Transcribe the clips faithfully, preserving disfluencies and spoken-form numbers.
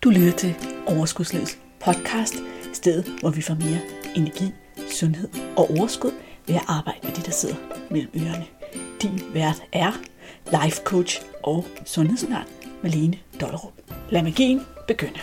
Du lytter til Overskudslivets podcast, stedet hvor vi får mere energi, sundhed og overskud ved at arbejde med de, der sidder mellem ørerne. Din vært er life coach og sundhedsundern Malene Dollerup. Lad magien begynde.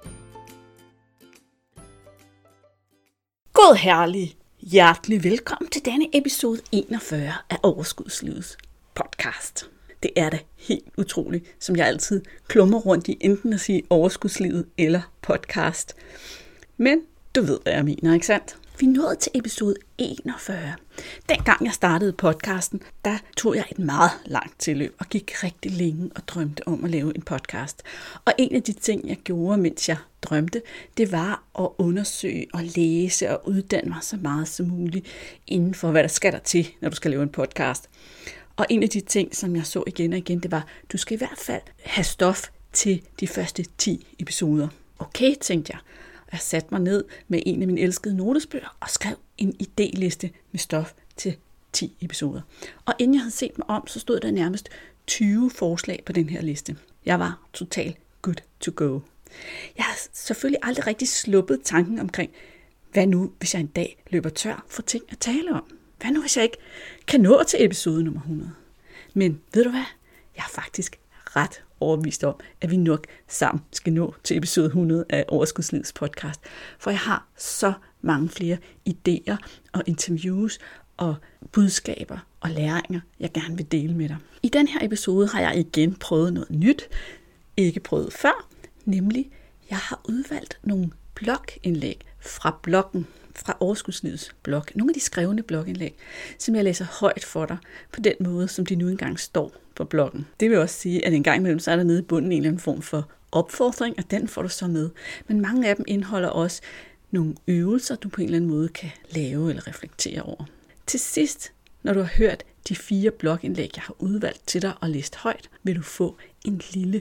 God herlig, hjertelig velkommen til denne episode enogfyrre af Overskudslivets podcast. Det er da helt utroligt, som jeg altid klummer rundt i enten at sige overskudslivet eller podcast. Men du ved, hvad jeg mener, ikke sandt? Vi nåede til episode enogfyrre. Dengang jeg startede podcasten, der tog jeg et meget langt tilløb og gik rigtig længe og drømte om at lave en podcast. Og en af de ting, jeg gjorde, mens jeg drømte, det var at undersøge og læse og uddanne mig så meget som muligt inden for, hvad der skal der til, når du skal lave en podcast. Og en af de ting, som jeg så igen og igen, det var, at du skal i hvert fald have stof til de første ti episoder. Okay, tænkte jeg. Jeg satte mig ned med en af mine elskede notesbøger og skrev en idéliste med stof til ti episoder. Og inden jeg havde set mig om, så stod der nærmest tyve forslag på den her liste. Jeg var totalt good to go. Jeg har selvfølgelig aldrig rigtig sluppet tanken omkring, hvad nu, hvis jeg en dag løber tør for ting at tale om? Hvad nu, hvis jeg ikke kan nå til episode nummer hundrede? Men ved du hvad? Jeg er faktisk ret overbevist om, at vi nok sammen skal nå til episode hundrede af Overskudslivets podcast. For jeg har så mange flere idéer og interviews og budskaber og læringer, jeg gerne vil dele med dig. I den her episode har jeg igen prøvet noget nyt, ikke prøvet før, nemlig jeg har udvalgt nogle blogindlæg fra bloggen, fra Overskudslivets blog. Nogle af de skrevne blogindlæg, som jeg læser højt for dig, på den måde, som de nu engang står på bloggen. Det vil også sige, at en gang imellem, så er der nede i bunden en eller anden form for opfordring, og den får du så med. Men mange af dem indeholder også nogle øvelser, du på en eller anden måde kan lave eller reflektere over. Til sidst, når du har hørt de fire blogindlæg, jeg har udvalgt til dig og læst højt, vil du få en lille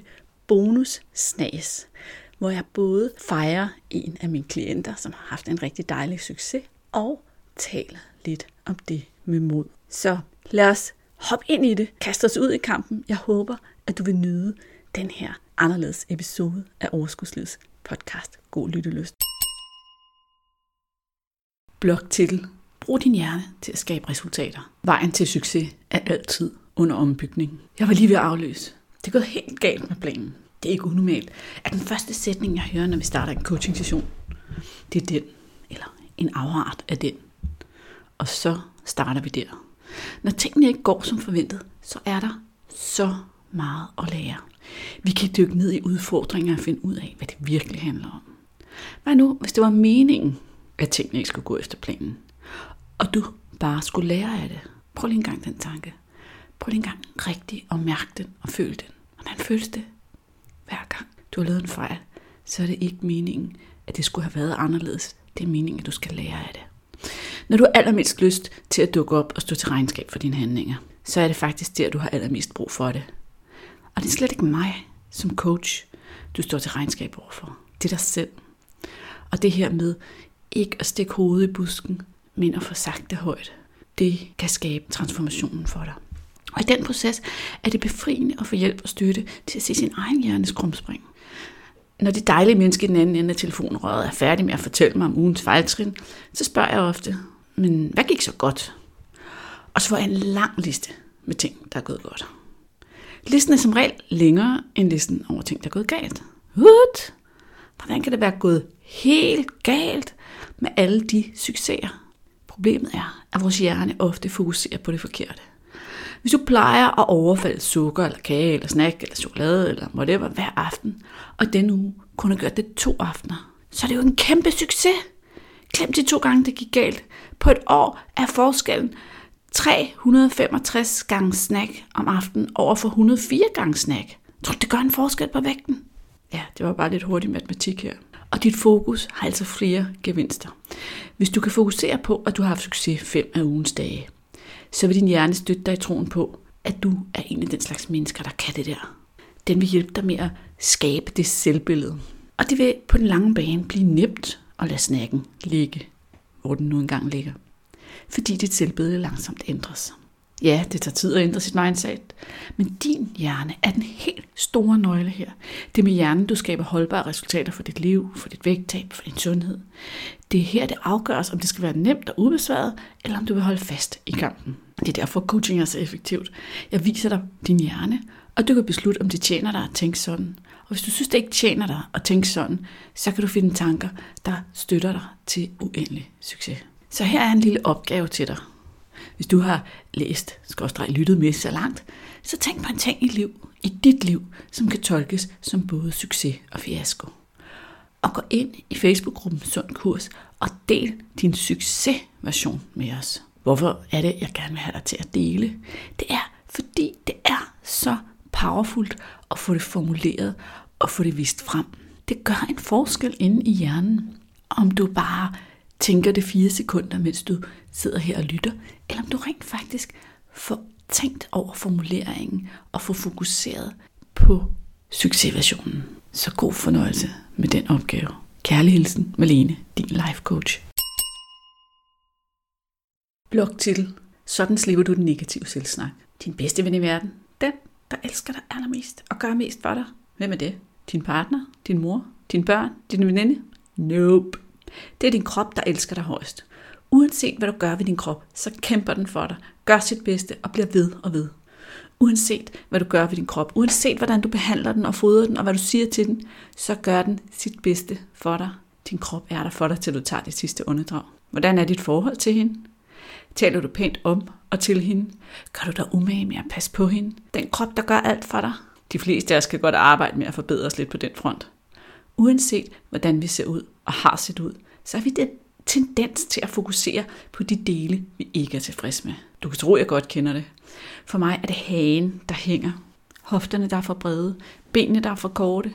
bonus-snas, hvor jeg både fejrer en af mine klienter, som har haft en rigtig dejlig succes, og taler lidt om det med mod. Så lad os hoppe ind i det, kaste os ud i kampen. Jeg håber, at du vil nyde den her anderledes episode af Overskudslivets podcast. God lyttelyst. Blogtitel. Brug din hjerne til at skabe resultater. Vejen til succes er altid under ombygning. Jeg var lige ved at afløse. Det er gået helt galt med planen. Det er ikke unormalt, at den første sætning, jeg hører, når vi starter en coaching-session, det er den, eller en afart af den. Og så starter vi der. Når tingene ikke går som forventet, så er der så meget at lære. Vi kan dykke ned i udfordringer og finde ud af, hvad det virkelig handler om. Hvad nu, hvis det var meningen, at tingene ikke skulle gå efter planen, og du bare skulle lære af det? Prøv lige en gang den tanke. Prøv lige en gang rigtig at mærke den og føle den. Hvordan føles det? Hver gang du har lavet en fejl, så er det ikke meningen, at det skulle have været anderledes. Det er meningen, at du skal lære af det. Når du har allermest lyst til at dukke op og stå til regnskab for dine handlinger, så er det faktisk der, du har allermest brug for det. Og det er slet ikke mig som coach, du står til regnskab overfor. Det er dig selv. Og det her med ikke at stikke hovedet i busken, men at få sagt det højt, det kan skabe transformationen for dig. Og i den proces er det befriende at få hjælp og støtte til at se sin egen hjernes krumspring. Når det dejlige menneske i den anden ende af telefonrøret er færdig med at fortælle mig om ugens fejltrin, så spørger jeg ofte, men hvad gik så godt? Og så får jeg en lang liste med ting, der er gået godt. Listen er som regel længere end listen over ting, der er gået galt. What? Hvordan kan det være gået helt galt med alle de succeser? Problemet er, at vores hjerne ofte fokuserer på det forkerte. Hvis du plejer at overfalde sukker, eller kage, eller snack, eller chokolade, eller whatever hver aften, og denne uge kun har gjort det to aftener, så er det jo en kæmpe succes. Glem de to gange, det gik galt. På et år er forskellen tre hundrede femogtres gange snack om aftenen over for et hundrede og fire gange snack. Tror du, det gør en forskel på vægten? Ja, det var bare lidt hurtig matematik her. Og dit fokus har altså flere gevinster. Hvis du kan fokusere på, at du har haft succes fem af ugens dage, så vil din hjerne støtte dig i troen på, at du er en af den slags mennesker, der kan det der. Den vil hjælpe dig med at skabe det selvbillede. Og det vil på den lange bane blive nemt at lade snacken ligge, hvor den nu engang ligger. Fordi dit selvbillede langsomt ændres. Ja, det tager tid at ændre sit mindset, men din hjerne er den helt store nøgle her. Det er med hjernen, du skaber holdbare resultater for dit liv, for dit vægttab, for din sundhed. Det er her, det afgøres, om det skal være nemt og ubesværet, eller om du vil holde fast i kampen. Det er derfor, coaching er så effektivt. Jeg viser dig din hjerne, og du kan beslutte, om det tjener dig at tænke sådan. Og hvis du synes, det ikke tjener dig at tænke sådan, så kan du finde tanker, der støtter dig til uendelig succes. Så her er en lille opgave til dig. Hvis du har læst, skråstreg lyttet med så langt, så tænk på en ting i liv, i dit liv, som kan tolkes som både succes og fiasko. Og gå ind i Facebook-gruppen Sund Kurs og del din succesversion med os. Hvorfor er det, jeg gerne vil have dig til at dele? Det er, fordi det er så powerfult at få det formuleret og få det vist frem. Det gør en forskel inde i hjernen, om du bare tænker det fire sekunder, mens du sidder her og lytter, eller om du rent faktisk får tænkt over formuleringen og får fokuseret på succesversionen. Så god fornøjelse med den opgave. Kærlig hilsen, Malene, din life coach. Blogtitel. Sådan slipper du den negative selvsnak. Din bedste ven i verden. Den, der elsker dig allermest og gør mest for dig. Hvem er det? Din partner? Din mor? Dine børn? Din veninde? Nope. Det er din krop, der elsker dig højst. Uanset hvad du gør ved din krop, så kæmper den for dig, gør sit bedste og bliver ved og ved. Uanset hvad du gør ved din krop, uanset hvordan du behandler den og fodrer den og hvad du siger til den, så gør den sit bedste for dig. Din krop er der for dig, til du tager det sidste åndedrag. Hvordan er dit forhold til hende? Taler du pænt om og til hende? Gør du dig umage med at passe på hende? Den krop, der gør alt for dig. De fleste af os kan godt arbejde med at forbedre os lidt på den front. Uanset hvordan vi ser ud og har set ud, så har vi den tendens til at fokusere på de dele, vi ikke er tilfreds med. Du kan tro, jeg godt kender det. For mig er det hagen, der hænger. Hofterne, der er for brede. Benene, der er for korte.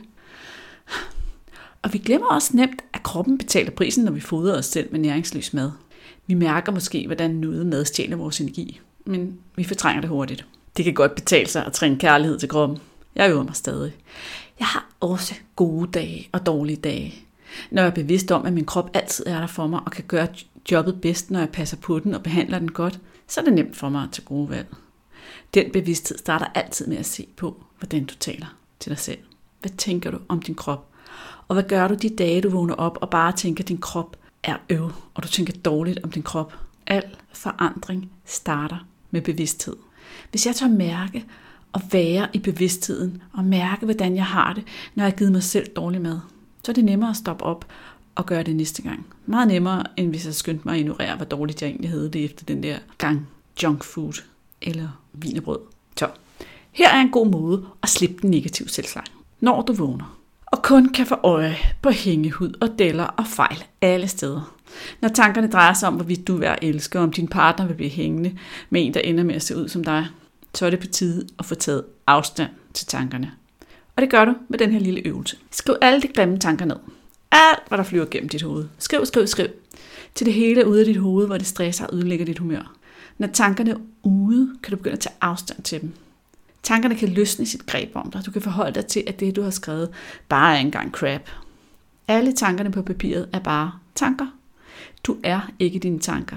Og vi glemmer også nemt, at kroppen betaler prisen, når vi fodrer os selv med næringsløs mad. Vi mærker måske, hvordan noget mad stjæler vores energi, men vi fortrænger det hurtigt. Det kan godt betale sig at træne kærlighed til kroppen. Jeg øver mig stadig. Jeg har også gode dage og dårlige dage. Når jeg er bevidst om, at min krop altid er der for mig og kan gøre jobbet bedst, når jeg passer på den og behandler den godt, så er det nemt for mig at tage gode valg. Den bevidsthed starter altid med at se på, hvordan du taler til dig selv. Hvad tænker du om din krop? Og hvad gør du de dage, du vågner op og bare tænker, at din krop er øv, og du tænker dårligt om din krop? Al forandring starter med bevidsthed. Hvis jeg tør mærke og være i bevidstheden og mærke, hvordan jeg har det, når jeg har givet mig selv dårlig mad, så er det nemmere at stoppe op og gøre det næste gang. Meget nemmere, end hvis jeg skyndte mig at ignorere, hvor dårligt jeg egentlig havde det efter den der gang junk food eller wienerbrød. Så her er en god måde at slippe den negative selvsnak. Når du vågner og kun kan få øje på hængehud og deller og fejl alle steder. Når tankerne drejer sig om, hvorvidt du er elsker, om din partner vil blive hængende med en, der ender med at se ud som dig, så er det på tide at få taget afstand til tankerne. Og det gør du med den her lille øvelse. Skriv alle de grimme tanker ned. Alt, hvad der flyver gennem dit hoved. Skriv, skriv, skriv. Til det hele ude af dit hoved, hvor det stresser og ødelægger dit humør. Når tankerne er ude, kan du begynde at tage afstand til dem. Tankerne kan løsne sit greb om dig. Du kan forholde dig til, at det, du har skrevet, bare er engang crap. Alle tankerne på papiret er bare tanker. Du er ikke dine tanker.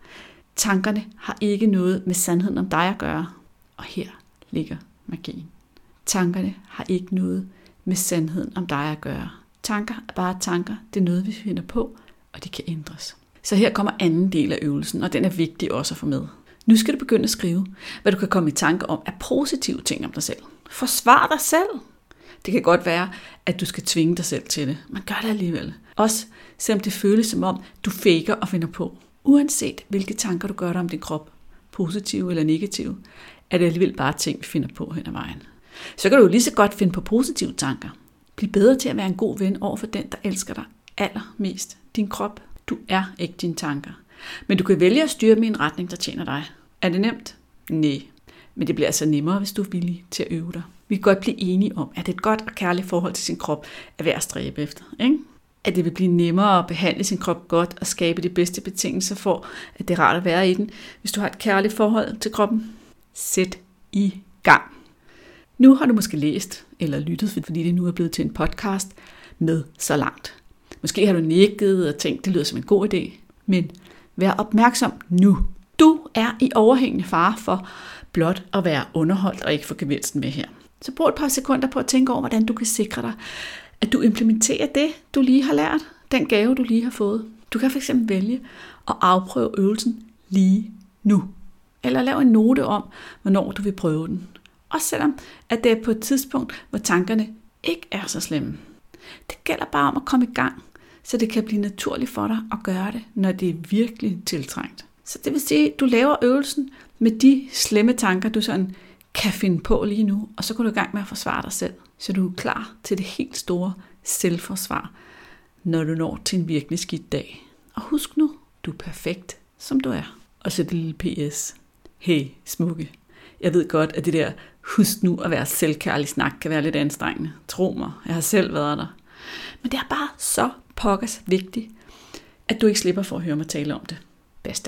Tankerne har ikke noget med sandheden om dig at gøre. Og her ligger magien. Tankerne har ikke noget med sandheden om dig at gøre. Tanker er bare tanker. Det er noget, vi finder på, og de kan ændres. Så her kommer anden del af øvelsen, og den er vigtig også at få med. Nu skal du begynde at skrive, hvad du kan komme i tanke om af positive ting om dig selv. Forsvar dig selv. Det kan godt være, at du skal tvinge dig selv til det. Man gør det alligevel. Også selvom det føles som om, du faker og finder på. Uanset hvilke tanker du gør dig om din krop, positive eller negative, er det alligevel bare ting, vi finder på hen ad vejen. Så kan du jo lige så godt finde på positive tanker. Bliv bedre til at være en god ven over for den, der elsker dig allermest. Din krop. Du er ikke dine tanker. Men du kan vælge at styre dem i en retning, der tjener dig. Er det nemt? Nej. Men det bliver altså nemmere, hvis du er villig til at øve dig. Vi kan godt blive enige om, at et godt og kærligt forhold til sin krop er værd at stræbe efter. Ikke? At det vil blive nemmere at behandle sin krop godt og skabe de bedste betingelser for, at det er rart at være i den, hvis du har et kærligt forhold til kroppen. Sæt i gang. Nu har du måske læst eller lyttet, fordi det nu er blevet til en podcast med så langt. Måske har du nikket og tænkt, det lyder som en god idé, men vær opmærksom nu. Du er i overhængende fare for blot at være underholdt og ikke få gevinsten med her. Så brug et par sekunder på at tænke over, hvordan du kan sikre dig, at du implementerer det, du lige har lært, den gave, du lige har fået. Du kan fx vælge at afprøve øvelsen lige nu. Eller lave en note om, hvornår du vil prøve den. Også selvom at det er på et tidspunkt, hvor tankerne ikke er så slemme. Det gælder bare om at komme i gang, så det kan blive naturligt for dig at gøre det, når det er virkelig tiltrængt. Så det vil sige, at du laver øvelsen med de slemme tanker, du sådan kan finde på lige nu, og så går du i gang med at forsvare dig selv, så du er klar til det helt store selvforsvar, når du når til en virkelig skidt dag. Og husk nu, du er perfekt, som du er. Og så det lille P S. Hey, smukke. Jeg ved godt, at det der husk nu at være selvkærlig snak kan være lidt anstrengende. Tro mig, jeg har selv været der. Men det er bare så pokkers vigtigt, at du ikke slipper for at høre mig tale om det. Basta.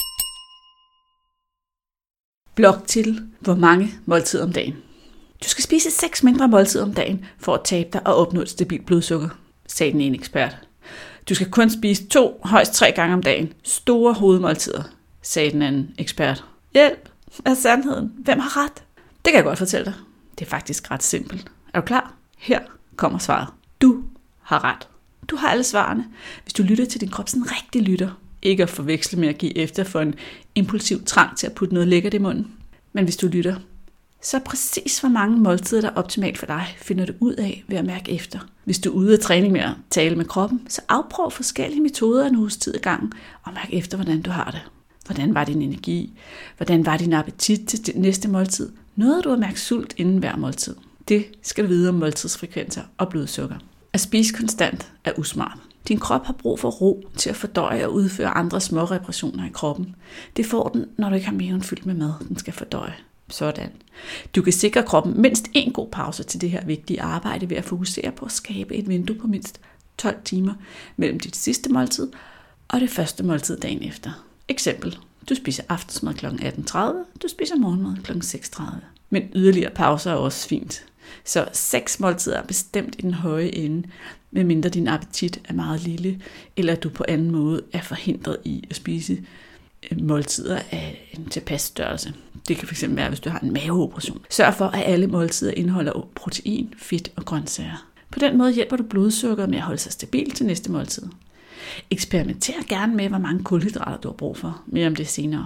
Blok til, hvor mange måltider om dagen. Du skal spise seks mindre måltider om dagen for at tabe dig og opnå et stabilt blodsukker, sagde den ene ekspert. Du skal kun spise to, højst tre gange om dagen. Store hovedmåltider, sagde den anden ekspert. Hjælp! Hvad er sandheden? Hvem har ret? Det kan jeg godt fortælle dig. Det er faktisk ret simpelt. Er du klar? Her kommer svaret. Du har ret. Du har alle svarene, hvis du lytter til din krop sådan rigtig lytter. Ikke at forveksle med at give efter for en impulsiv trang til at putte noget lækkert i munden. Men hvis du lytter, så præcis hvor mange måltider, der er optimalt for dig, finder du ud af ved at mærke efter. Hvis du er ude af træning med at tale med kroppen, så afprøv forskellige metoder en uges tid i gangen og mærk efter, hvordan du har det. Hvordan var din energi? Hvordan var din appetit til det næste måltid? Nåede du at mærke sult inden hver måltid? Det skal du vide om måltidsfrekvenser og blodsukker. At spise konstant er usmart. Din krop har brug for ro til at fordøje og udføre andre små reparationer i kroppen. Det får den, når du ikke har maven fyldt med mad, den skal fordøje. Sådan. Du kan sikre kroppen mindst en god pause til det her vigtige arbejde ved at fokusere på at skabe et vindue på mindst tolv timer mellem dit sidste måltid og det første måltid dagen efter. Eksempel. Du spiser aftensmad kl atten tredive, du spiser morgenmad kl seks tredive. Men yderligere pauser er også fint. Så seks måltider er bestemt i den høje ende, medmindre din appetit er meget lille, eller du på anden måde er forhindret i at spise måltider af en tilpas størrelse. Det kan fx være, hvis du har en maveoperation. Sørg for, at alle måltider indeholder protein, fedt og grøntsager. På den måde hjælper du blodsukkeret med at holde sig stabil til næste måltid. Eksperimenter gerne med, hvor mange kulhydrater du har brug for. Mere om det senere.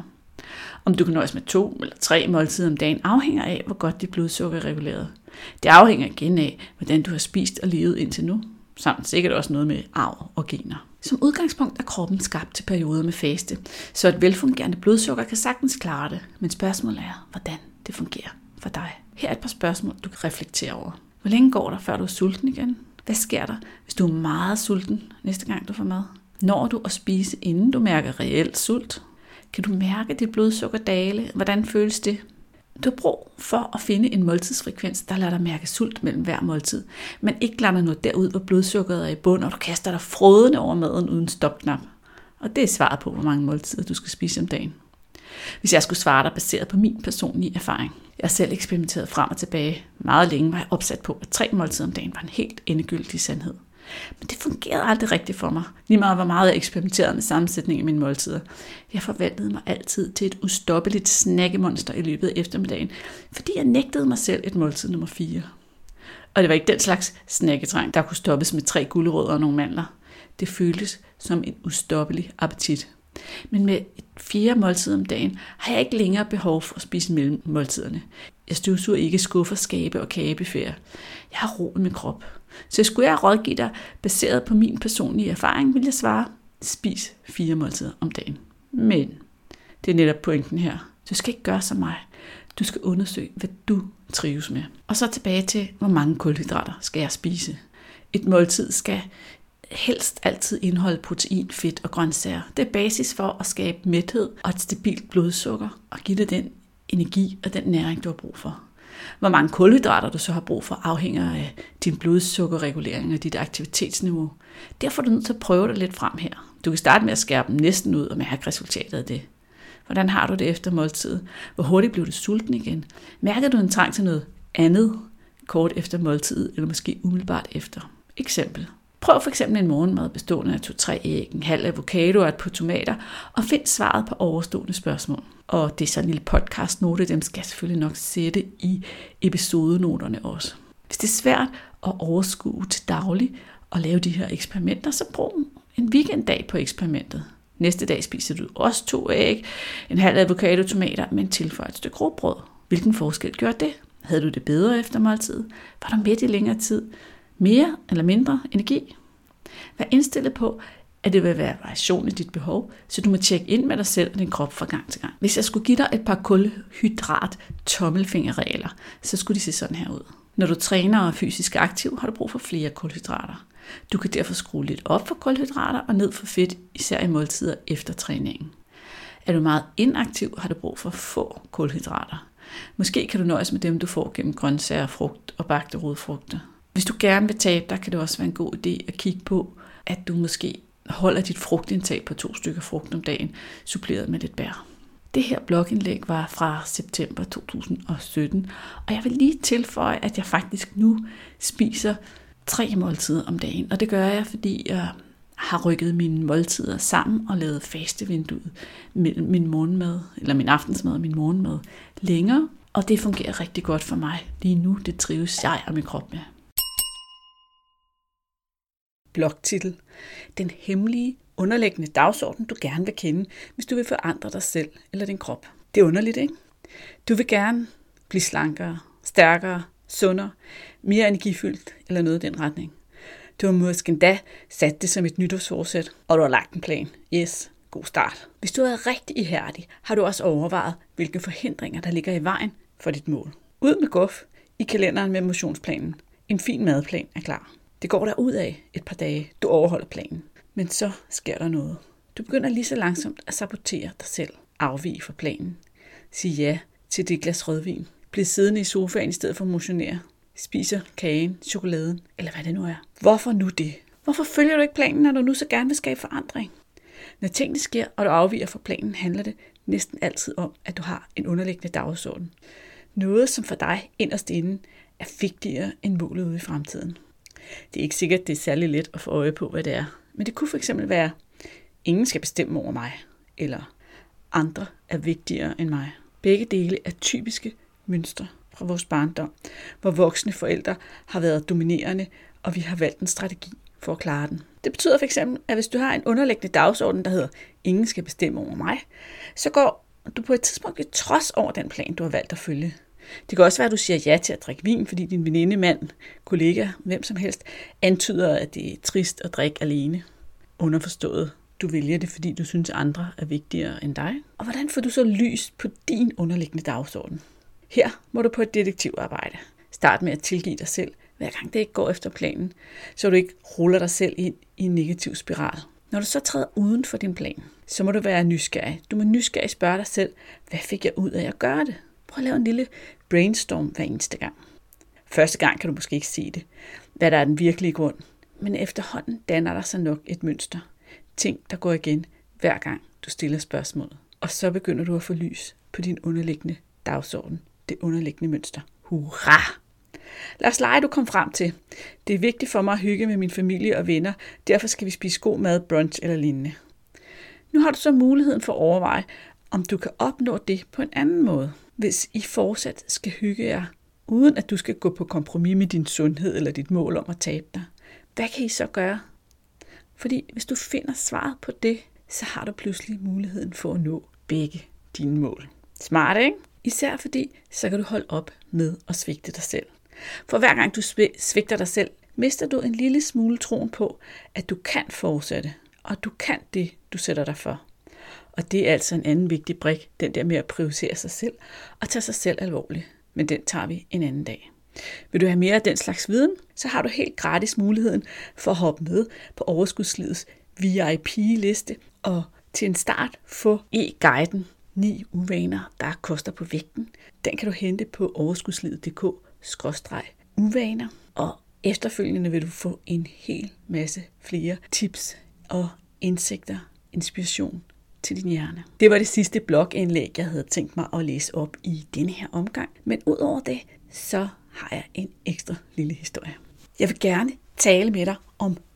Om du kan nøjes med to eller tre måltider om dagen, afhænger af, hvor godt dit blodsukker er reguleret. Det afhænger igen af, hvordan du har spist og levet indtil nu, samt sikkert også noget med arv og gener. Som udgangspunkt er kroppen skabt til perioder med faste, så et velfungerende blodsukker kan sagtens klare det, men spørgsmålet er, hvordan det fungerer for dig. Her er et par spørgsmål, du kan reflektere over. Hvor længe går der, før du er sulten igen? Hvad sker der, hvis du er meget sulten næste gang, du får mad? Når du at spise, inden du mærker reelt sult? Kan du mærke dit blodsukker dale? Hvordan føles det? Du har brug for at finde en måltidsfrekvens, der lader dig mærke sult mellem hver måltid, men ikke lader dig nå derud, hvor blodsukkeret er i bund, og du kaster dig frådende over maden uden stopknap. Og det er svaret på, hvor mange måltider du skal spise om dagen. Hvis jeg skulle svare dig baseret på min personlige erfaring. Jeg har selv eksperimenteret frem og tilbage. Meget længe var jeg opsat på, at tre måltider om dagen var en helt endegyldig sandhed. Men det fungerede aldrig rigtigt for mig. Lige meget hvor meget jeg eksperimenterede med sammensætning af mine måltider. Jeg forvandlede mig altid til et ustoppeligt snakkemonster i løbet af eftermiddagen, fordi jeg nægtede mig selv et måltid nummer fire. Og det var ikke den slags snakketrang, der kunne stoppes med tre gulerødder og nogle mandler. Det føltes som en ustoppelig appetit. Men med et fjerde måltid om dagen har jeg ikke længere behov for at spise mellem måltiderne. Jeg støvsuger ikke skuffer, skabe og kagebuffeter. Jeg har ro i min krop. Så skulle jeg rådgive dig baseret på min personlige erfaring, vil jeg svare, spis fire måltider om dagen. Men det er netop pointen her. Du skal ikke gøre som mig. Du skal undersøge, hvad du trives med. Og så tilbage til, hvor mange kulhydrater skal jeg spise. Et måltid skal helst altid indeholde protein, fedt og grøntsager. Det er basis for at skabe mæthed og et stabilt blodsukker og give dig den energi og den næring, du har brug for. Hvor mange kulhydrater du så har brug for, afhænger af din blodsukkerregulering og dit aktivitetsniveau. Derfor er du nødt til at prøve dig lidt frem her. Du kan starte med at skære dem næsten ud og mærke resultatet af det. Hvordan har du det efter måltidet? Hvor hurtigt blev du sulten igen? Mærker du en trang til noget andet kort efter måltidet, eller måske umiddelbart efter? Eksempel. Prøv for eksempel en morgenmad bestående af to-tre æg, en halv avocado og et par tomater, og find svaret på overstående spørgsmål. Og det er sådan en lille podcastnote, dem skal jeg selvfølgelig nok sætte i episodenoterne også. Hvis det er svært at overskue til daglig og lave de her eksperimenter, så brug en weekenddag på eksperimentet. Næste dag spiser du også to æg, en halv avocado, tomater, men tilføj et stykke råbrød. Hvilken forskel gjorde det? Havde du det bedre efter måltid? Var du midt i længere tid? Mere eller mindre energi? Vær indstillet på, at det vil være variation i dit behov, så du må tjekke ind med dig selv og din krop fra gang til gang. Hvis jeg skulle give dig et par kulhydrat tommelfingerregler, så skulle de se sådan her ud. Når du træner og er fysisk aktiv, har du brug for flere kulhydrater. Du kan derfor skrue lidt op for kulhydrater og ned for fedt, især i måltider efter træningen. Er du meget inaktiv, har du brug for få kulhydrater. Måske kan du nøjes med dem, du får gennem grøntsager, frugt og bagte rodfrugter. Hvis du gerne vil tabe dig, kan det også være en god idé at kigge på, at du måske holder dit frugtindtag på to stykker frugt om dagen, suppleret med lidt bær. Det her blogindlæg var fra september to tusind og sytten, og jeg vil lige tilføje, at jeg faktisk nu spiser tre måltider om dagen. Og det gør jeg, fordi jeg har rykket mine måltider sammen og lavet fastevinduet mellem min morgenmad, eller min aftensmad og min morgenmad længere. Og det fungerer rigtig godt for mig lige nu. Det trives jeg og min krop med. Blogtitel: Den hemmelige, underliggende dagsorden, du gerne vil kende, hvis du vil forandre dig selv eller din krop. Det er underligt, ikke? Du vil gerne blive slankere, stærkere, sundere, mere energifyldt eller noget i den retning. Du har måske endda sat det som et nytårsforsæt, og du har lagt en plan. Yes, god start. Hvis du er rigtig ihærdig, har du også overvejet, hvilke forhindringer der ligger i vejen for dit mål. Ud med guf i kalenderen med motionsplanen. En fin madplan er klar. Det går der ud af et par dage. Du overholder planen. Men så sker der noget. Du begynder lige så langsomt at sabotere dig selv. Afvige fra planen. Sig ja til det glas rødvin. Bliv siddende i sofaen i stedet for at motionere. Spiser kagen, chokoladen, eller hvad det nu er. Hvorfor nu det? Hvorfor følger du ikke planen, når du nu så gerne vil skabe forandring? Når tingene sker, og du afviger fra planen, handler det næsten altid om, at du har en underliggende dagsorden. Noget, som for dig inderst inde er vigtigere end målet ude i fremtiden. Det er ikke sikkert, at det er særlig let at få øje på, hvad det er. Men det kunne fx være, ingen skal bestemme over mig, eller andre er vigtigere end mig. Begge dele er typiske mønstre fra vores barndom, hvor voksne forældre har været dominerende, og vi har valgt en strategi for at klare den. Det betyder fx, at hvis du har en underliggende dagsorden, der hedder, ingen skal bestemme over mig, så går du på et tidspunkt i trods over den plan, du har valgt at følge. Det kan også være, at du siger ja til at drikke vin, fordi din veninde, mand, kollega, hvem som helst, antyder, at det er trist at drikke alene. Underforstået, du vælger det, fordi du synes, andre er vigtigere end dig. Og hvordan får du så lys på din underliggende dagsorden? Her må du på et detektivarbejde. Start med at tilgive dig selv, hver gang det ikke går efter planen, så du ikke ruller dig selv ind i en negativ spiral. Når du så træder uden for din plan, så må du være nysgerrig. Du må nysgerrig spørge dig selv, hvad fik jeg ud af at gøre det? Prøv at lave en lille brainstorm hver eneste gang. Første gang kan du måske ikke se det, hvad der er den virkelige grund, men efterhånden danner der sig nok et mønster. Ting, der går igen, hver gang du stiller spørgsmålet. Og så begynder du at få lys på din underliggende dagsorden, det underliggende mønster. Hurra! Lad os lege, du kom frem til. Det er vigtigt for mig at hygge med min familie og venner, derfor skal vi spise god mad, brunch eller lignende. Nu har du så muligheden for at overveje, om du kan opnå det på en anden måde. Hvis I fortsat skal hygge jer, uden at du skal gå på kompromis med din sundhed eller dit mål om at tabe dig, hvad kan I så gøre? Fordi hvis du finder svaret på det, så har du pludselig muligheden for at nå begge dine mål. Smart, ikke? Især fordi, så kan du holde op med at svigte dig selv. For hver gang du svigter dig selv, mister du en lille smule troen på, at du kan fortsætte, og du kan det, du sætter dig for. Og det er altså en anden vigtig brik, den der med at prioritere sig selv og tage sig selv alvorligt. Men den tager vi en anden dag. Vil du have mere af den slags viden, så har du helt gratis muligheden for at hoppe med på Overskudslivets V I P-liste og til en start få e-guiden ni uvaner, der koster på vægten. Den kan du hente på overskudslivet punktum d k skråstreg uvaner, og efterfølgende vil du få en hel masse flere tips og indsigter, inspiration til din hjerne. Det var det sidste blogindlæg, jeg havde tænkt mig at læse op i denne her omgang. Men udover det, så har jeg en ekstra lille historie. Jeg vil gerne tale med dig om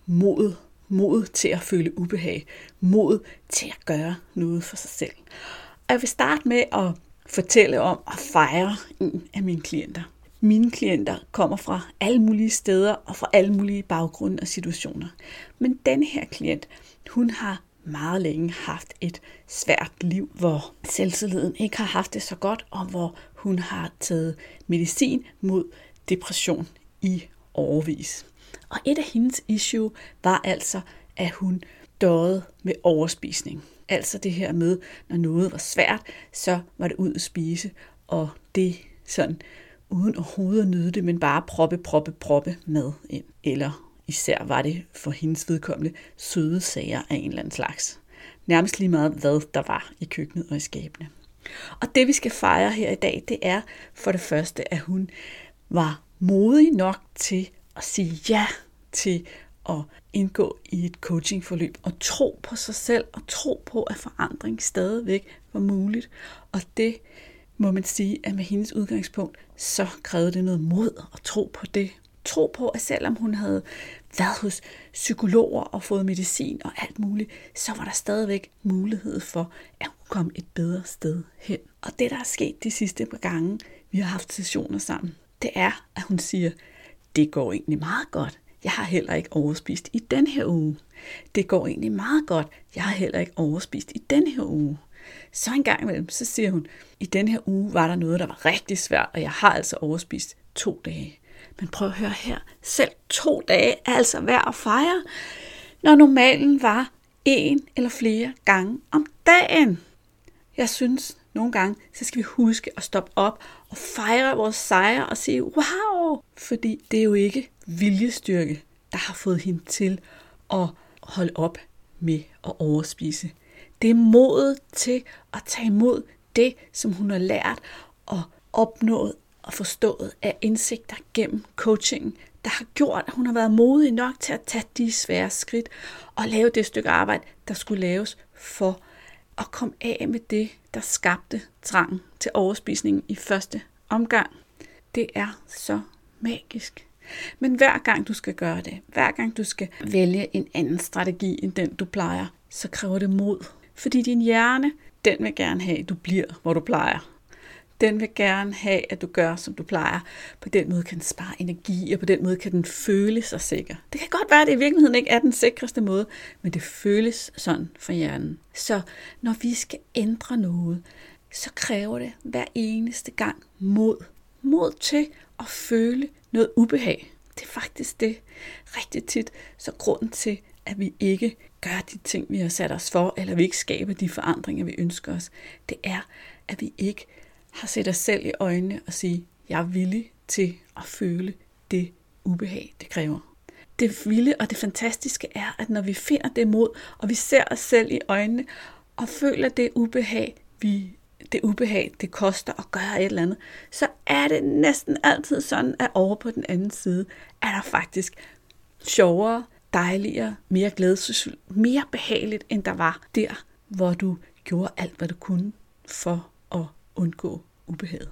mod. Mod til at føle ubehag. Mod til at gøre noget for sig selv. Og jeg vil starte med at fortælle om at fejre en af mine klienter. Mine klienter kommer fra alle mulige steder og fra alle mulige baggrunde og situationer. Men denne her klient, hun har meget længe haft et svært liv, hvor selvtilliden ikke har haft det så godt, og hvor hun har taget medicin mod depression i årevis. Og et af hendes issue var altså, at hun døde med overspisning. Altså det her med, når noget var svært, så var det ud at spise, og det sådan uden overhovedet at nyde det, men bare proppe, proppe, proppe mad ind. Eller især var det for hendes vedkommende søde sager af en eller anden slags. Nærmest lige meget, hvad der var i køkkenet og i skabene. Og det vi skal fejre her i dag, det er for det første, at hun var modig nok til at sige ja til at indgå i et coachingforløb og tro på sig selv og tro på, at forandring stadigvæk var muligt. Og det må man sige, at med hendes udgangspunkt, så krævede det noget mod at tro på det. Tro på, at selvom hun havde været hos psykologer og fået medicin og alt muligt, så var der stadigvæk mulighed for, at hun kom et bedre sted hen. Og det, der er sket de sidste par gange, vi har haft sessioner sammen, det er, at hun siger, det går egentlig meget godt. Jeg har heller ikke overspist i den her uge. Det går egentlig meget godt. Jeg har heller ikke overspist i den her uge. Så en gang imellem, så siger hun, i den her uge var der noget, der var rigtig svært, og jeg har altså overspist to dage. Men prøv at høre her, selv to dage er altså værd at fejre, når normalen var en eller flere gange om dagen. Jeg synes, nogle gange, så skal vi huske at stoppe op og fejre vores sejre og sige, wow, fordi det er jo ikke viljestyrke, der har fået hende til at holde op med at overspise. Det er modet til at tage imod det, som hun har lært og opnået og forstået af indsigter gennem coachingen, der har gjort, at hun har været modig nok til at tage de svære skridt og lave det stykke arbejde, der skulle laves for at komme af med det, der skabte trangen til overspisningen i første omgang. Det er så magisk. Men hver gang du skal gøre det, hver gang du skal vælge en anden strategi end den, du plejer, så kræver det mod. Fordi din hjerne, den vil gerne have, at du bliver, hvor du plejer. Den vil gerne have, at du gør, som du plejer. På den måde kan den spare energi, og på den måde kan den føle sig sikker. Det kan godt være, at det i virkeligheden ikke er den sikreste måde, men det føles sådan for hjernen. Så når vi skal ændre noget, så kræver det hver eneste gang mod. Mod til at føle noget ubehag. Det er faktisk det rigtig tit. Så grunden til, at vi ikke gør de ting, vi har sat os for, eller vi ikke skaber de forandringer, vi ønsker os, det er, at vi ikke har set os selv i øjnene og sige, jeg er villig til at føle det ubehag, det kræver. Det vilde og det fantastiske er, at når vi finder det mod, og vi ser os selv i øjnene, og føler det ubehag, vi, det ubehag, det koster at gøre et eller andet, så er det næsten altid sådan, at over på den anden side, er der faktisk sjovere, dejligere, mere glædesfuldt, mere behageligt, end der var der, hvor du gjorde alt, hvad du kunne for at undgå ubehaget.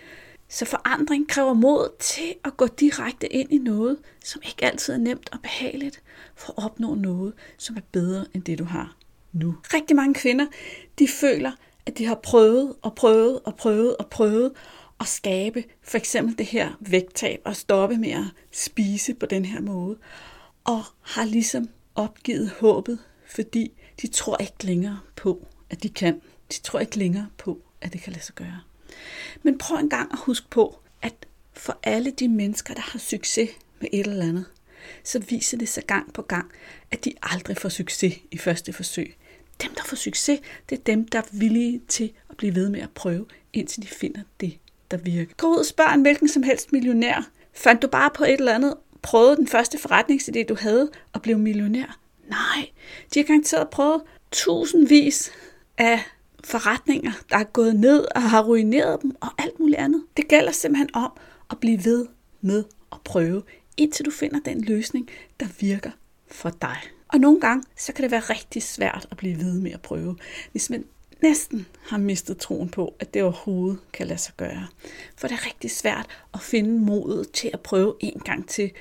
Så forandring kræver mod til at gå direkte ind i noget, som ikke altid er nemt og behageligt, for at opnå noget, som er bedre end det, du har nu. Rigtig mange kvinder, de føler, at de har prøvet og prøvet og prøvet og prøvet at skabe for eksempel det her vægttab og stoppe med at spise på den her måde, og har ligesom opgivet håbet, fordi de tror ikke længere på, at de kan. De tror ikke længere på, at det kan lade sig gøre. Men prøv en gang at huske på, at for alle de mennesker, der har succes med et eller andet, så viser det sig gang på gang, at de aldrig får succes i første forsøg. Dem, der får succes, det er dem, der er villige til at blive ved med at prøve, indtil de finder det, der virker. Gå ud og spørg en hvilken som helst millionær. Fandt du bare på et eller andet, prøvede den første forretningsidé, du havde, og blev millionær? Nej, de har garanteret prøvet tusindvis af forretninger, der er gået ned og har ruineret dem og alt muligt andet. Det gælder simpelthen om at blive ved med at prøve, indtil du finder den løsning, der virker for dig. Og nogle gange, så kan det være rigtig svært at blive ved med at prøve, hvis man næsten har mistet troen på, at det overhovedet kan lade sig gøre. For det er rigtig svært at finde modet til at prøve en gang til,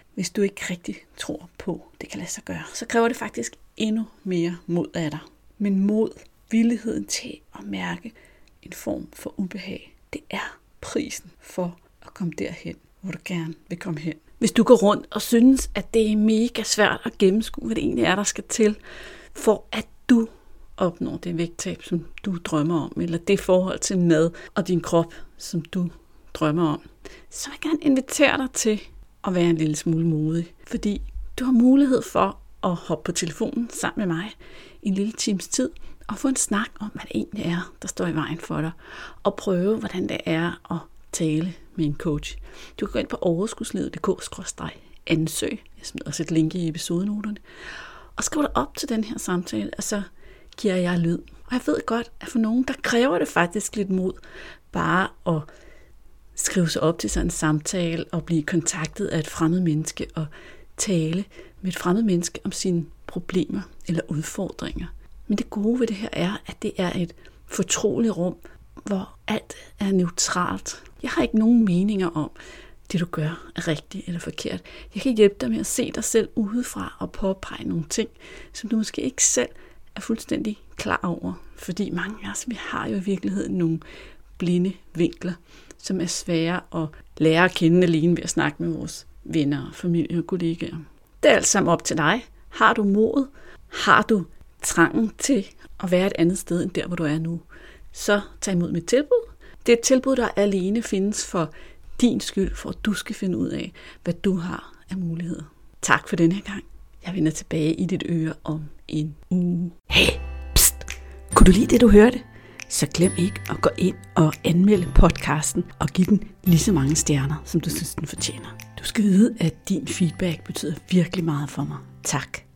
hvis du ikke rigtig tror på, det kan lade sig gøre, så kræver det faktisk endnu mere mod af dig. Men mod, villigheden til at mærke en form for ubehag, det er prisen for at komme derhen, hvor du gerne vil komme hen. Hvis du går rundt og synes, at det er mega svært at gennemskue, hvad det egentlig er, der skal til, for at du opnår det vægttab, som du drømmer om, eller det forhold til mad og din krop, som du drømmer om, så vil jeg gerne invitere dig til at være en lille smule modig, fordi du har mulighed for at hoppe på telefonen sammen med mig i en lille times tid, og få en snak om, hvad det egentlig er, der står i vejen for dig, og prøve, hvordan det er at tale med en coach. Du kan gå ind på overskudslivet punktum d k skråstreg ansøg. Jeg smider også et link i episodenoterne. Og skriv dig op til den her samtale, og så giver jeg lyd. Og jeg ved godt, at for nogen, der kræver det faktisk lidt mod, bare at skrive sig op til sådan en samtale, og blive kontaktet af et fremmed menneske, og tale med et fremmed menneske om sine problemer eller udfordringer. Men det gode ved det her er, at det er et fortroligt rum, hvor alt er neutralt. Jeg har ikke nogen meninger om, det du gør er rigtigt eller forkert. Jeg kan hjælpe dig med at se dig selv udefra og påpege nogle ting, som du måske ikke selv er fuldstændig klar over. Fordi mange af os, vi har jo i virkeligheden nogle blinde vinkler, som er svære at lære at kende alene ved at snakke med vores venner, familie og kollegaer. Det er alt sammen op til dig. Har du mod? Har du trangen til at være et andet sted end der, hvor du er nu? Så tag imod mit tilbud. Det er et tilbud, der alene findes for din skyld, for at du skal finde ud af, hvad du har af muligheder. Tak for denne gang. Jeg vender tilbage i dit øre om en uge. Hey, pst! Kunne du lide det, du hørte? Så glem ikke at gå ind og anmelde podcasten og give den lige så mange stjerner, som du synes, den fortjener. Du skal vide, at din feedback betyder virkelig meget for mig. Tak.